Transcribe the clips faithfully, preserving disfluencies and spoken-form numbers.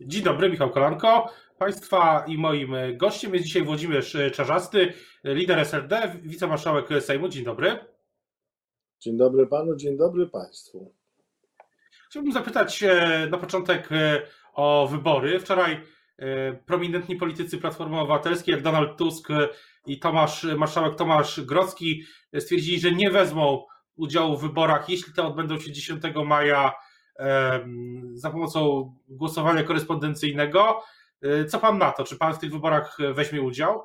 Dzień dobry, Michał Kolanko. Państwa i moim gościem jest dzisiaj Włodzimierz Czarzasty, lider S L D, wicemarszałek Sejmu. Dzień dobry. Dzień dobry panu, dzień dobry państwu. Chciałbym zapytać na początek o wybory. Wczoraj prominentni politycy Platformy Obywatelskiej, jak Donald Tusk i Tomasz, marszałek Tomasz Grodzki, stwierdzili, że nie wezmą udziału w wyborach, jeśli te odbędą się dziesiątego maja za pomocą głosowania korespondencyjnego. Co pan na to? Czy pan w tych wyborach weźmie udział?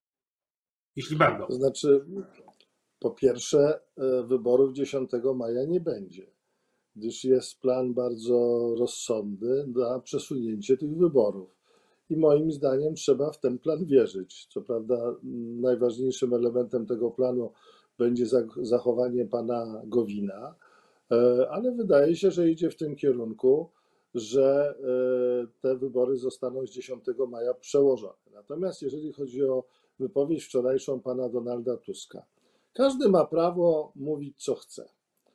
Jeśli będą. To znaczy, po pierwsze, wyborów dziesiątego maja nie będzie, gdyż jest plan bardzo rozsądny na przesunięcie tych wyborów. I moim zdaniem trzeba w ten plan wierzyć. Co prawda najważniejszym elementem tego planu będzie zachowanie pana Gowina, ale wydaje się, że idzie w tym kierunku, że te wybory zostaną z dziesiątego maja przełożone. Natomiast jeżeli chodzi o wypowiedź wczorajszą pana Donalda Tuska, każdy ma prawo mówić, co chce,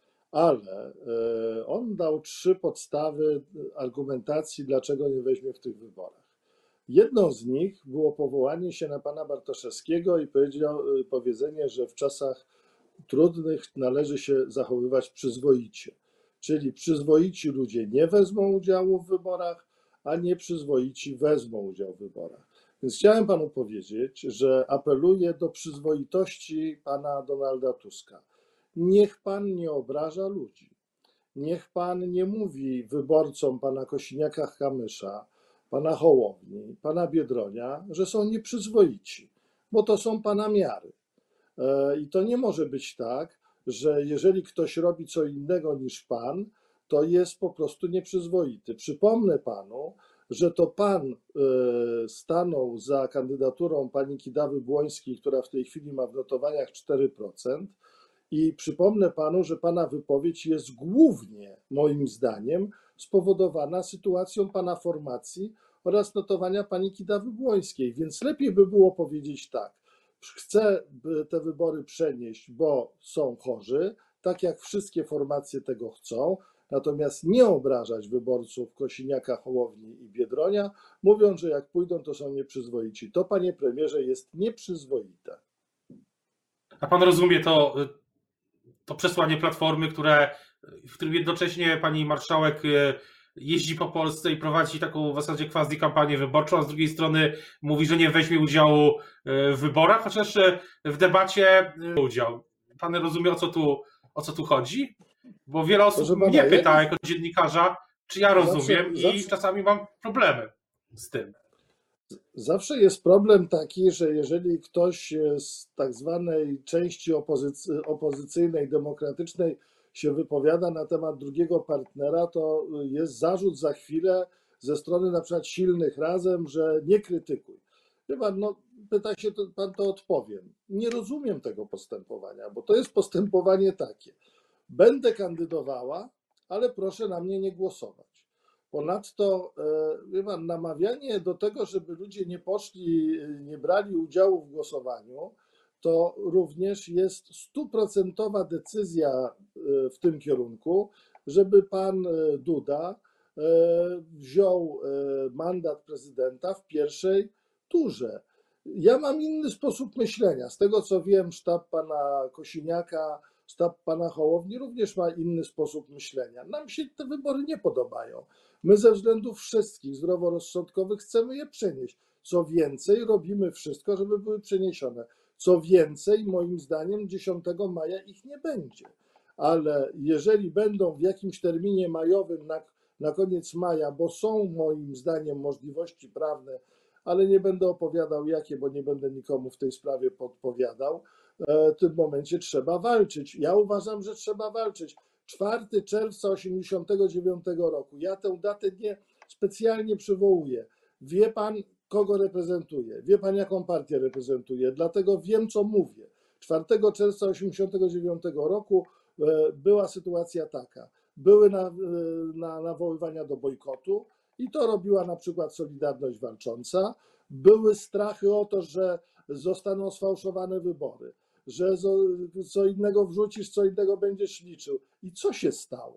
ale on dał trzy podstawy argumentacji, dlaczego nie weźmie w tych wyborach. Jedną z nich było powołanie się na pana Bartoszewskiego i powiedzenie, że w czasach trudnych należy się zachowywać przyzwoicie. Czyli przyzwoici ludzie nie wezmą udziału w wyborach, a nieprzyzwoici wezmą udział w wyborach. Więc chciałem panu powiedzieć, że apeluję do przyzwoitości pana Donalda Tuska. Niech pan nie obraża ludzi. Niech pan nie mówi wyborcom pana Kosiniaka-Kamysza, pana Hołowni, pana Biedronia, że są nieprzyzwoici, bo to są pana miary. I to nie może być tak, że jeżeli ktoś robi co innego niż pan, to jest po prostu nieprzyzwoity. Przypomnę panu, że to pan stanął za kandydaturą pani Kidawy Błońskiej, która w tej chwili ma w notowaniach cztery procent. I przypomnę panu, że pana wypowiedź jest głównie, moim zdaniem, spowodowana sytuacją pana formacji oraz notowania pani Kidawy Błońskiej. Więc lepiej by było powiedzieć tak: chcę te wybory przenieść, bo są chorzy, tak jak wszystkie formacje tego chcą, natomiast nie obrażać wyborców Kosiniaka, Hołowni i Biedronia, mówiąc, że jak pójdą, to są nieprzyzwoici. To, panie premierze, jest nieprzyzwoite. A pan rozumie to, to przesłanie Platformy, które, w którym jednocześnie pani marszałek jeździ po Polsce i prowadzi taką w zasadzie quasi kampanię wyborczą, a z drugiej strony mówi, że nie weźmie udziału w wyborach, chociaż w debacie udział. Pan rozumie, o co tu, o co tu chodzi? Bo wiele osób Proszę mnie pana, pyta ja... jako dziennikarza, czy ja rozumiem, zawsze, i zawsze... czasami mam problemy z tym. Zawsze jest problem taki, że jeżeli ktoś z tak zwanej części opozycy... opozycyjnej, demokratycznej się wypowiada na temat drugiego partnera, to jest zarzut za chwilę ze strony na przykład silnych razem, że nie krytykuj. Wie pan, no, pyta się to, pan, to odpowiem. Nie rozumiem tego postępowania, bo to jest postępowanie takie: będę kandydowała, ale proszę na mnie nie głosować. Ponadto, wie pan, namawianie do tego, żeby ludzie nie poszli, nie brali udziału w głosowaniu, to również jest stuprocentowa decyzja w tym kierunku, żeby pan Duda wziął mandat prezydenta w pierwszej turze. Ja mam inny sposób myślenia. Z tego co wiem, sztab pana Kosiniaka, sztab pana Hołowni również ma inny sposób myślenia. Nam się te wybory nie podobają. My ze względów wszystkich zdroworozsądkowych chcemy je przenieść. Co więcej, robimy wszystko, żeby były przeniesione. Co więcej, moim zdaniem dziesiątego maja ich nie będzie. Ale jeżeli będą w jakimś terminie majowym na, na koniec maja, bo są moim zdaniem możliwości prawne, ale nie będę opowiadał jakie, bo nie będę nikomu w tej sprawie podpowiadał, w tym momencie trzeba walczyć. Ja uważam, że trzeba walczyć. czwartego czerwca tysiąc dziewięćset osiemdziesiątego dziewiątego roku. Ja tę datę nie specjalnie przywołuję. Wie pan, kogo reprezentuję, wie pan, jaką partię reprezentuję, dlatego wiem, co mówię. czwartego czerwca tysiąc dziewięćset osiemdziesiątego dziewiątego roku była sytuacja taka: były na, na, nawoływania do bojkotu i to robiła na przykład Solidarność Walcząca. Były strachy o to, że zostaną sfałszowane wybory, że co innego wrzucisz, co innego będziesz liczył. I co się stało?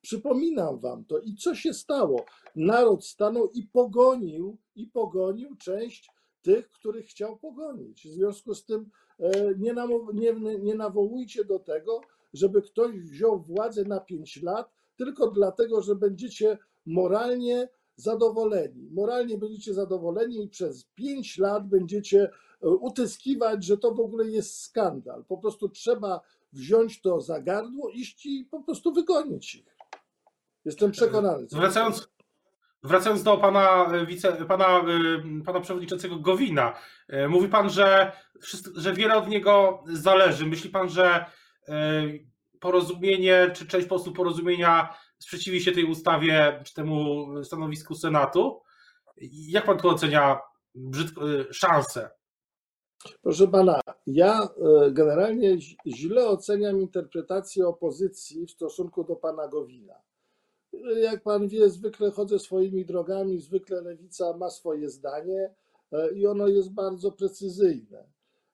Przypominam wam to. I co się stało? Naród stanął i pogonił, i pogonił część tych, których chciał pogonić. W związku z tym nie, namow- nie, nie nawołujcie do tego, żeby ktoś wziął władzę na pięć lat, tylko dlatego, że będziecie moralnie zadowoleni. Moralnie będziecie zadowoleni i przez pięć lat będziecie utyskiwać, że to w ogóle jest skandal. Po prostu trzeba wziąć to za gardło, iść i po prostu wygonić ich. Jestem przekonany. Wracając, wracając do pana, wice, pana, pana przewodniczącego Gowina, mówi pan, że, że wiele od niego zależy. Myśli pan, że porozumienie, czy część posłów porozumienia sprzeciwi się tej ustawie, czy temu stanowisku Senatu? Jak pan tu ocenia brzydko, szansę? Proszę pana, ja generalnie źle oceniam interpretację opozycji w stosunku do pana Gowina. Jak pan wie, zwykle chodzę swoimi drogami, zwykle lewica ma swoje zdanie i ono jest bardzo precyzyjne.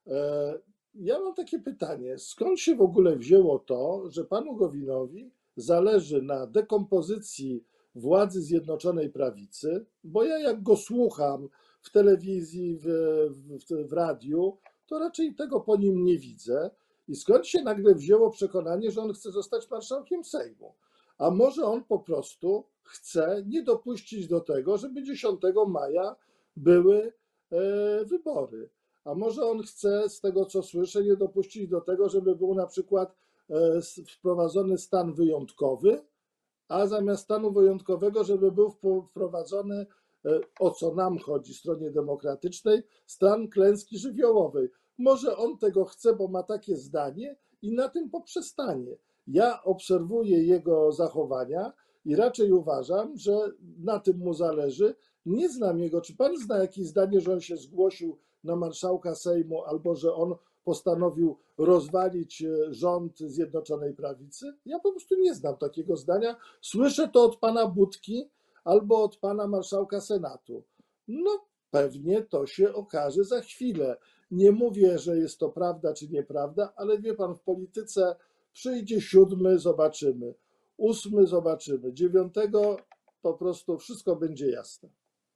Ja mam takie pytanie, skąd się w ogóle wzięło to, że panu Gowinowi zależy na dekompozycji władzy Zjednoczonej Prawicy, bo ja jak go słucham w telewizji, w, w, w radiu, to raczej tego po nim nie widzę. I skąd się nagle wzięło przekonanie, że on chce zostać marszałkiem Sejmu? A może on po prostu chce nie dopuścić do tego, żeby dziesiątego maja były wybory. A może on chce, z tego co słyszę, nie dopuścić do tego, żeby był na przykład wprowadzony stan wyjątkowy, a zamiast stanu wyjątkowego, żeby był wprowadzony, o co nam chodzi, stronie demokratycznej, stan klęski żywiołowej. Może on tego chce, bo ma takie zdanie i na tym poprzestanie. Ja obserwuję jego zachowania i raczej uważam, że na tym mu zależy. Nie znam jego. Czy pan zna jakieś zdanie, że on się zgłosił na marszałka Sejmu albo że on postanowił rozwalić rząd Zjednoczonej Prawicy? Ja po prostu nie znam takiego zdania. Słyszę to od pana Budki albo od pana marszałka Senatu. No pewnie to się okaże za chwilę. Nie mówię, że jest to prawda czy nieprawda, ale wie pan, w polityce przyjdzie siódmy, zobaczymy. Ósmy, zobaczymy. Dziewiątego po prostu wszystko będzie jasne.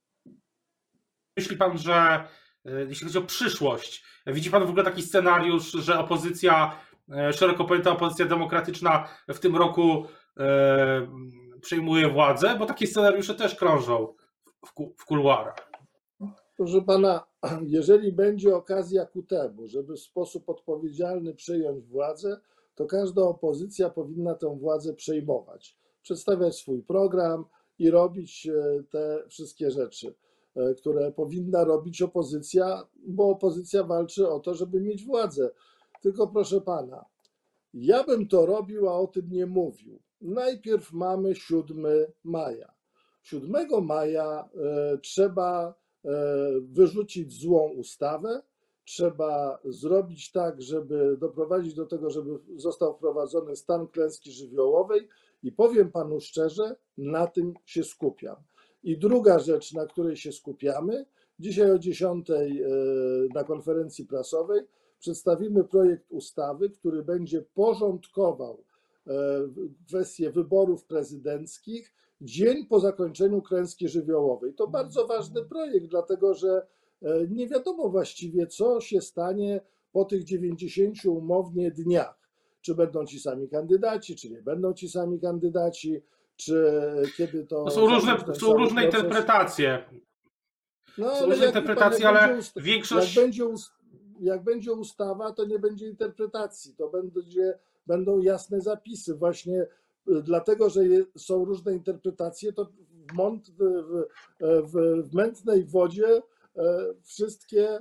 Myśli pan, że jeśli chodzi o przyszłość, widzi pan w ogóle taki scenariusz, że opozycja, szeroko pojęta opozycja demokratyczna w tym roku e, przejmuje władzę? Bo takie scenariusze też krążą w, w kuluarach. Proszę pana, jeżeli będzie okazja ku temu, żeby w sposób odpowiedzialny przejąć władzę, to każda opozycja powinna tę władzę przejmować, przedstawiać swój program i robić te wszystkie rzeczy, które powinna robić opozycja, bo opozycja walczy o to, żeby mieć władzę. Tylko proszę pana, ja bym to robił, a o tym nie mówił. Najpierw mamy siódmego maja. siódmego maja e, trzeba e, wyrzucić złą ustawę, trzeba zrobić tak, żeby doprowadzić do tego, żeby został wprowadzony stan klęski żywiołowej i powiem panu szczerze, na tym się skupiam. I druga rzecz, na której się skupiamy, dzisiaj o dziesiątej na konferencji prasowej przedstawimy projekt ustawy, który będzie porządkował kwestię wyborów prezydenckich dzień po zakończeniu klęski żywiołowej. To bardzo ważny projekt, dlatego że nie wiadomo właściwie, co się stanie po tych dziewięćdziesięciu umownie dniach. Czy będą ci sami kandydaci, czy nie będą ci sami kandydaci, czy kiedy to... to są różne, są różne interpretacje. No, są ale różne jak interpretacje, pan, jak ale będzie usta- większość... Jak będzie, ust- jak będzie ustawa, to nie będzie interpretacji, to będzie, będą jasne zapisy. Właśnie dlatego, że je, są różne interpretacje, to w, mąt, w, w, w mętnej wodzie wszystkie,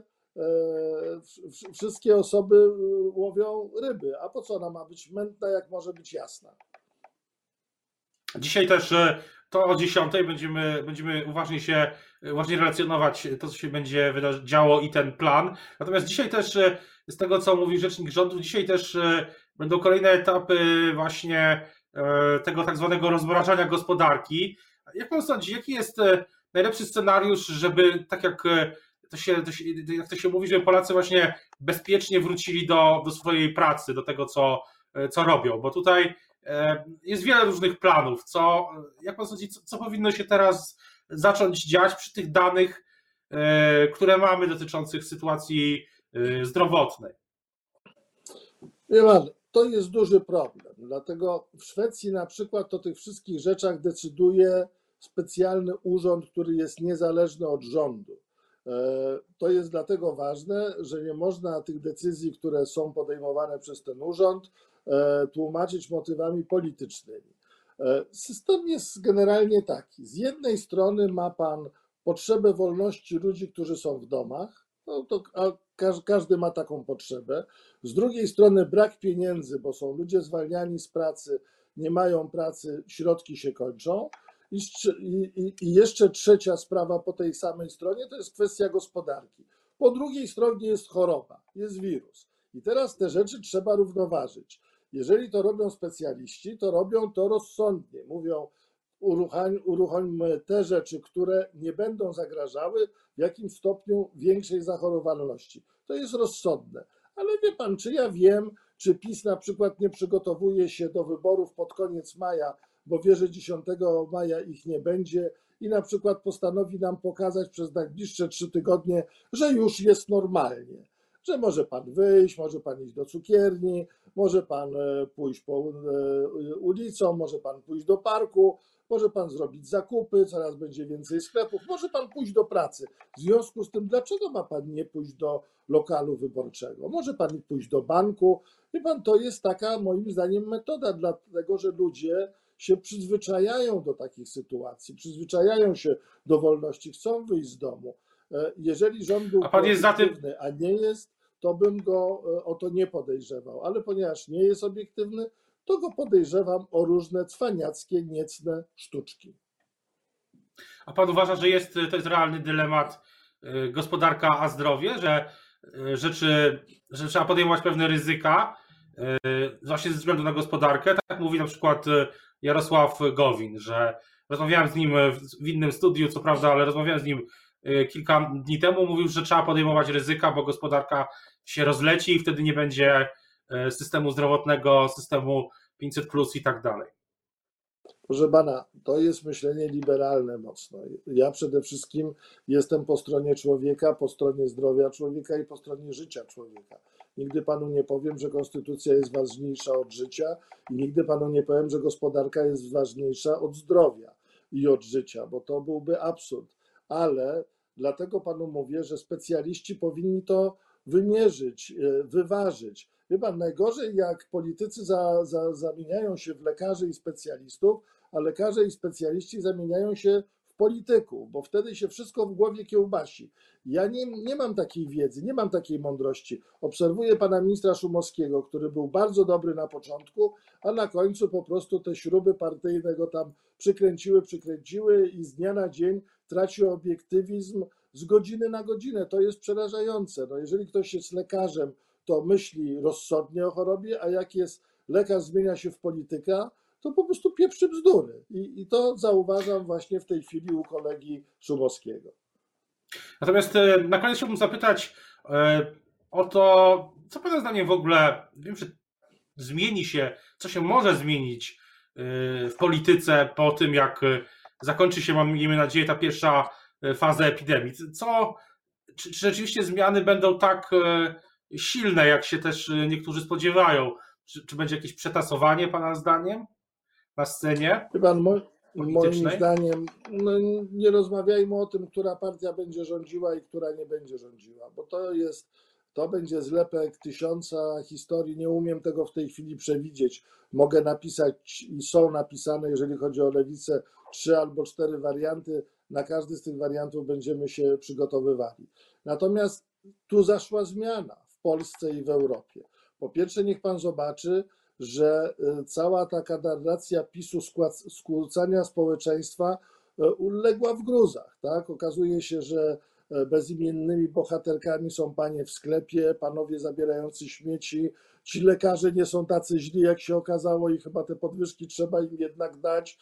wszystkie osoby łowią ryby. A po co ona ma być mętna, jak może być jasna? Dzisiaj też to o dziesiątej będziemy, będziemy uważnie się uważnie relacjonować to, co się będzie działo i ten plan. Natomiast dzisiaj też, z tego co mówi rzecznik rządu, dzisiaj też będą kolejne etapy właśnie tego tak zwanego rozmrażania gospodarki. Jak pan sądzi, jaki jest najlepszy scenariusz, żeby tak jak to się, to się, jak to się mówi, żeby Polacy właśnie bezpiecznie wrócili do, do swojej pracy, do tego, co, co robią? Bo tutaj Jest wiele różnych planów. Co, jak pan sądzi, co, co powinno się teraz zacząć dziać przy tych danych, które mamy dotyczących sytuacji zdrowotnej? Wie pan, to jest duży problem, dlatego w Szwecji na przykład o tych wszystkich rzeczach decyduje specjalny urząd, który jest niezależny od rządu. To jest dlatego ważne, że nie można tych decyzji, które są podejmowane przez ten urząd, tłumaczyć motywami politycznymi. System jest generalnie taki. Z jednej strony ma pan potrzebę wolności ludzi, którzy są w domach, no to, a każdy ma taką potrzebę. Z drugiej strony brak pieniędzy, bo są ludzie zwalniani z pracy, nie mają pracy, środki się kończą. I, i, I jeszcze trzecia sprawa po tej samej stronie to jest kwestia gospodarki. Po drugiej stronie jest choroba, jest wirus. I teraz te rzeczy trzeba równoważyć. Jeżeli to robią specjaliści, to robią to rozsądnie. Mówią, uruchom, uruchommy te rzeczy, które nie będą zagrażały w jakimś stopniu większej zachorowalności. To jest rozsądne. Ale wie pan, czy ja wiem, czy PiS na przykład nie przygotowuje się do wyborów pod koniec maja, bo wie, że dziesiątego maja ich nie będzie i na przykład postanowi nam pokazać przez najbliższe trzy tygodnie, że już jest normalnie, że może pan wyjść, może pan iść do cukierni, może pan pójść po ulicą, może pan pójść do parku, może pan zrobić zakupy, coraz będzie więcej sklepów, może pan pójść do pracy. W związku z tym, dlaczego ma pan nie pójść do lokalu wyborczego? Może pan pójść do banku. Wie pan, to jest taka moim zdaniem metoda, dlatego że ludzie się przyzwyczajają do takich sytuacji, przyzwyczajają się do wolności, chcą wyjść z domu. Jeżeli rząd był a pan jest za tym, a nie jest, to bym go o to nie podejrzewał, ale ponieważ nie jest obiektywny, to go podejrzewam o różne cwaniackie, niecne sztuczki. A pan uważa, że jest, to jest realny dylemat gospodarka a zdrowie, że, rzeczy, że trzeba podejmować pewne ryzyka właśnie ze względu na gospodarkę? Tak mówi na przykład Jarosław Gowin, że rozmawiałem z nim w innym studiu, co prawda, ale rozmawiałem z nim kilka dni temu, mówił, że trzeba podejmować ryzyka, bo gospodarka się rozleci i wtedy nie będzie systemu zdrowotnego, systemu pięćset plus i tak dalej. Proszę pana, to jest myślenie liberalne mocno. Ja przede wszystkim jestem po stronie człowieka, po stronie zdrowia człowieka i po stronie życia człowieka. Nigdy panu nie powiem, że konstytucja jest ważniejsza od życia i nigdy panu nie powiem, że gospodarka jest ważniejsza od zdrowia i od życia, bo to byłby absurd. Ale dlatego panu mówię, że specjaliści powinni to wymierzyć, wyważyć. Wie pan, najgorzej jak politycy za, za, zamieniają się w lekarzy i specjalistów, a lekarze i specjaliści zamieniają się w polityków, bo wtedy się wszystko w głowie kiełbasi. Ja nie, nie mam takiej wiedzy, nie mam takiej mądrości. Obserwuję pana ministra Szumowskiego, który był bardzo dobry na początku, a na końcu po prostu te śruby partyjne go tam przykręciły, przykręciły i z dnia na dzień traci obiektywizm z godziny na godzinę. To jest przerażające. No jeżeli ktoś jest lekarzem, to myśli rozsądnie o chorobie, a jak jest lekarz zmienia się w polityka, to po prostu pieprzy bzdury. I, I to zauważam właśnie w tej chwili u kolegi Szumowskiego. Natomiast na koniec chciałbym zapytać o to, co pana zdaniem w ogóle, wiem, że zmieni się, co się może zmienić w polityce po tym, jak zakończy się, miejmy nadzieję, ta pierwsza faza epidemii. Co, czy, czy rzeczywiście zmiany będą tak silne, jak się też niektórzy spodziewają? Czy, czy będzie jakieś przetasowanie pana zdaniem na scenie? Wie pan, mo, moim zdaniem no, nie rozmawiajmy o tym, która partia będzie rządziła i która nie będzie rządziła, bo to jest, to będzie zlepek tysiąca historii. Nie umiem tego w tej chwili przewidzieć. Mogę napisać i są napisane, jeżeli chodzi o lewicę, trzy albo cztery warianty. Na każdy z tych wariantów będziemy się przygotowywali. Natomiast tu zaszła zmiana w Polsce i w Europie. Po pierwsze, niech pan zobaczy, że cała taka narracja PiSu skłócania społeczeństwa uległa w gruzach. Tak? Okazuje się, że bezimiennymi bohaterkami są panie w sklepie, panowie zabierający śmieci. Ci lekarze nie są tacy źli, jak się okazało, i chyba te podwyżki trzeba im jednak dać.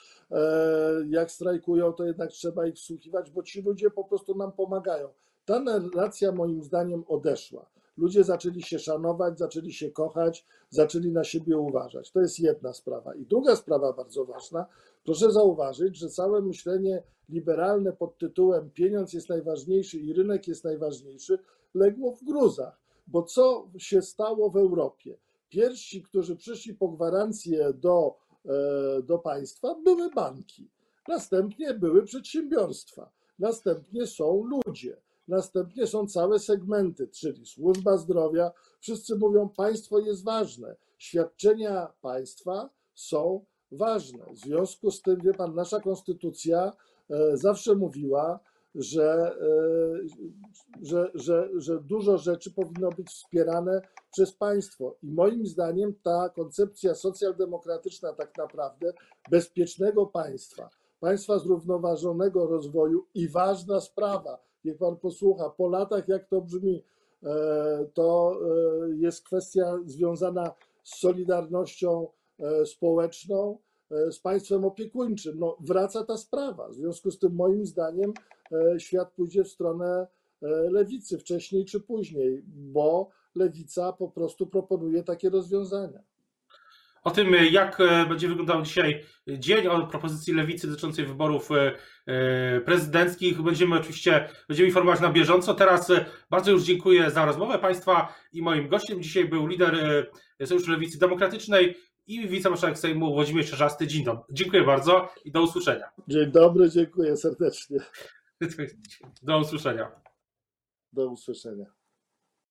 Jak strajkują, to jednak trzeba ich wsłuchiwać, bo ci ludzie po prostu nam pomagają. Ta narracja moim zdaniem odeszła. ludzie zaczęli się szanować, zaczęli się kochać, zaczęli na siebie uważać. To jest jedna sprawa. I druga sprawa bardzo ważna, proszę zauważyć, że całe myślenie liberalne pod tytułem pieniądz jest najważniejszy i rynek jest najważniejszy legło w gruzach. Bo co się stało w Europie? Pierwsi, którzy przyszli po gwarancję do, do państwa, były banki. Następnie były przedsiębiorstwa. Następnie są ludzie. Następnie są całe segmenty, czyli służba zdrowia. Wszyscy mówią, państwo jest ważne. Świadczenia państwa są ważne. W związku z tym, wie pan, nasza konstytucja zawsze mówiła, że, że, że, że dużo rzeczy powinno być wspierane przez państwo. I moim zdaniem ta koncepcja socjaldemokratyczna tak naprawdę bezpiecznego państwa, państwa zrównoważonego rozwoju i ważna sprawa, niech pan posłucha, po latach jak to brzmi, to jest kwestia związana z solidarnością społeczną, z państwem opiekuńczym. No, wraca ta sprawa. W związku z tym moim zdaniem świat pójdzie w stronę lewicy wcześniej czy później, bo lewica po prostu proponuje takie rozwiązania. O tym, jak będzie wyglądał dzisiaj dzień, o propozycji lewicy dotyczącej wyborów prezydenckich, będziemy oczywiście będziemy informować na bieżąco. Teraz bardzo już dziękuję za rozmowę państwa i moim gościem dzisiaj był lider Sojuszu Lewicy Demokratycznej i wicemarszałek Sejmu Włodzimierz Czarzasty. Dzień dobry. Dziękuję bardzo i do usłyszenia. Dzień dobry, dziękuję serdecznie. Do usłyszenia. Do usłyszenia.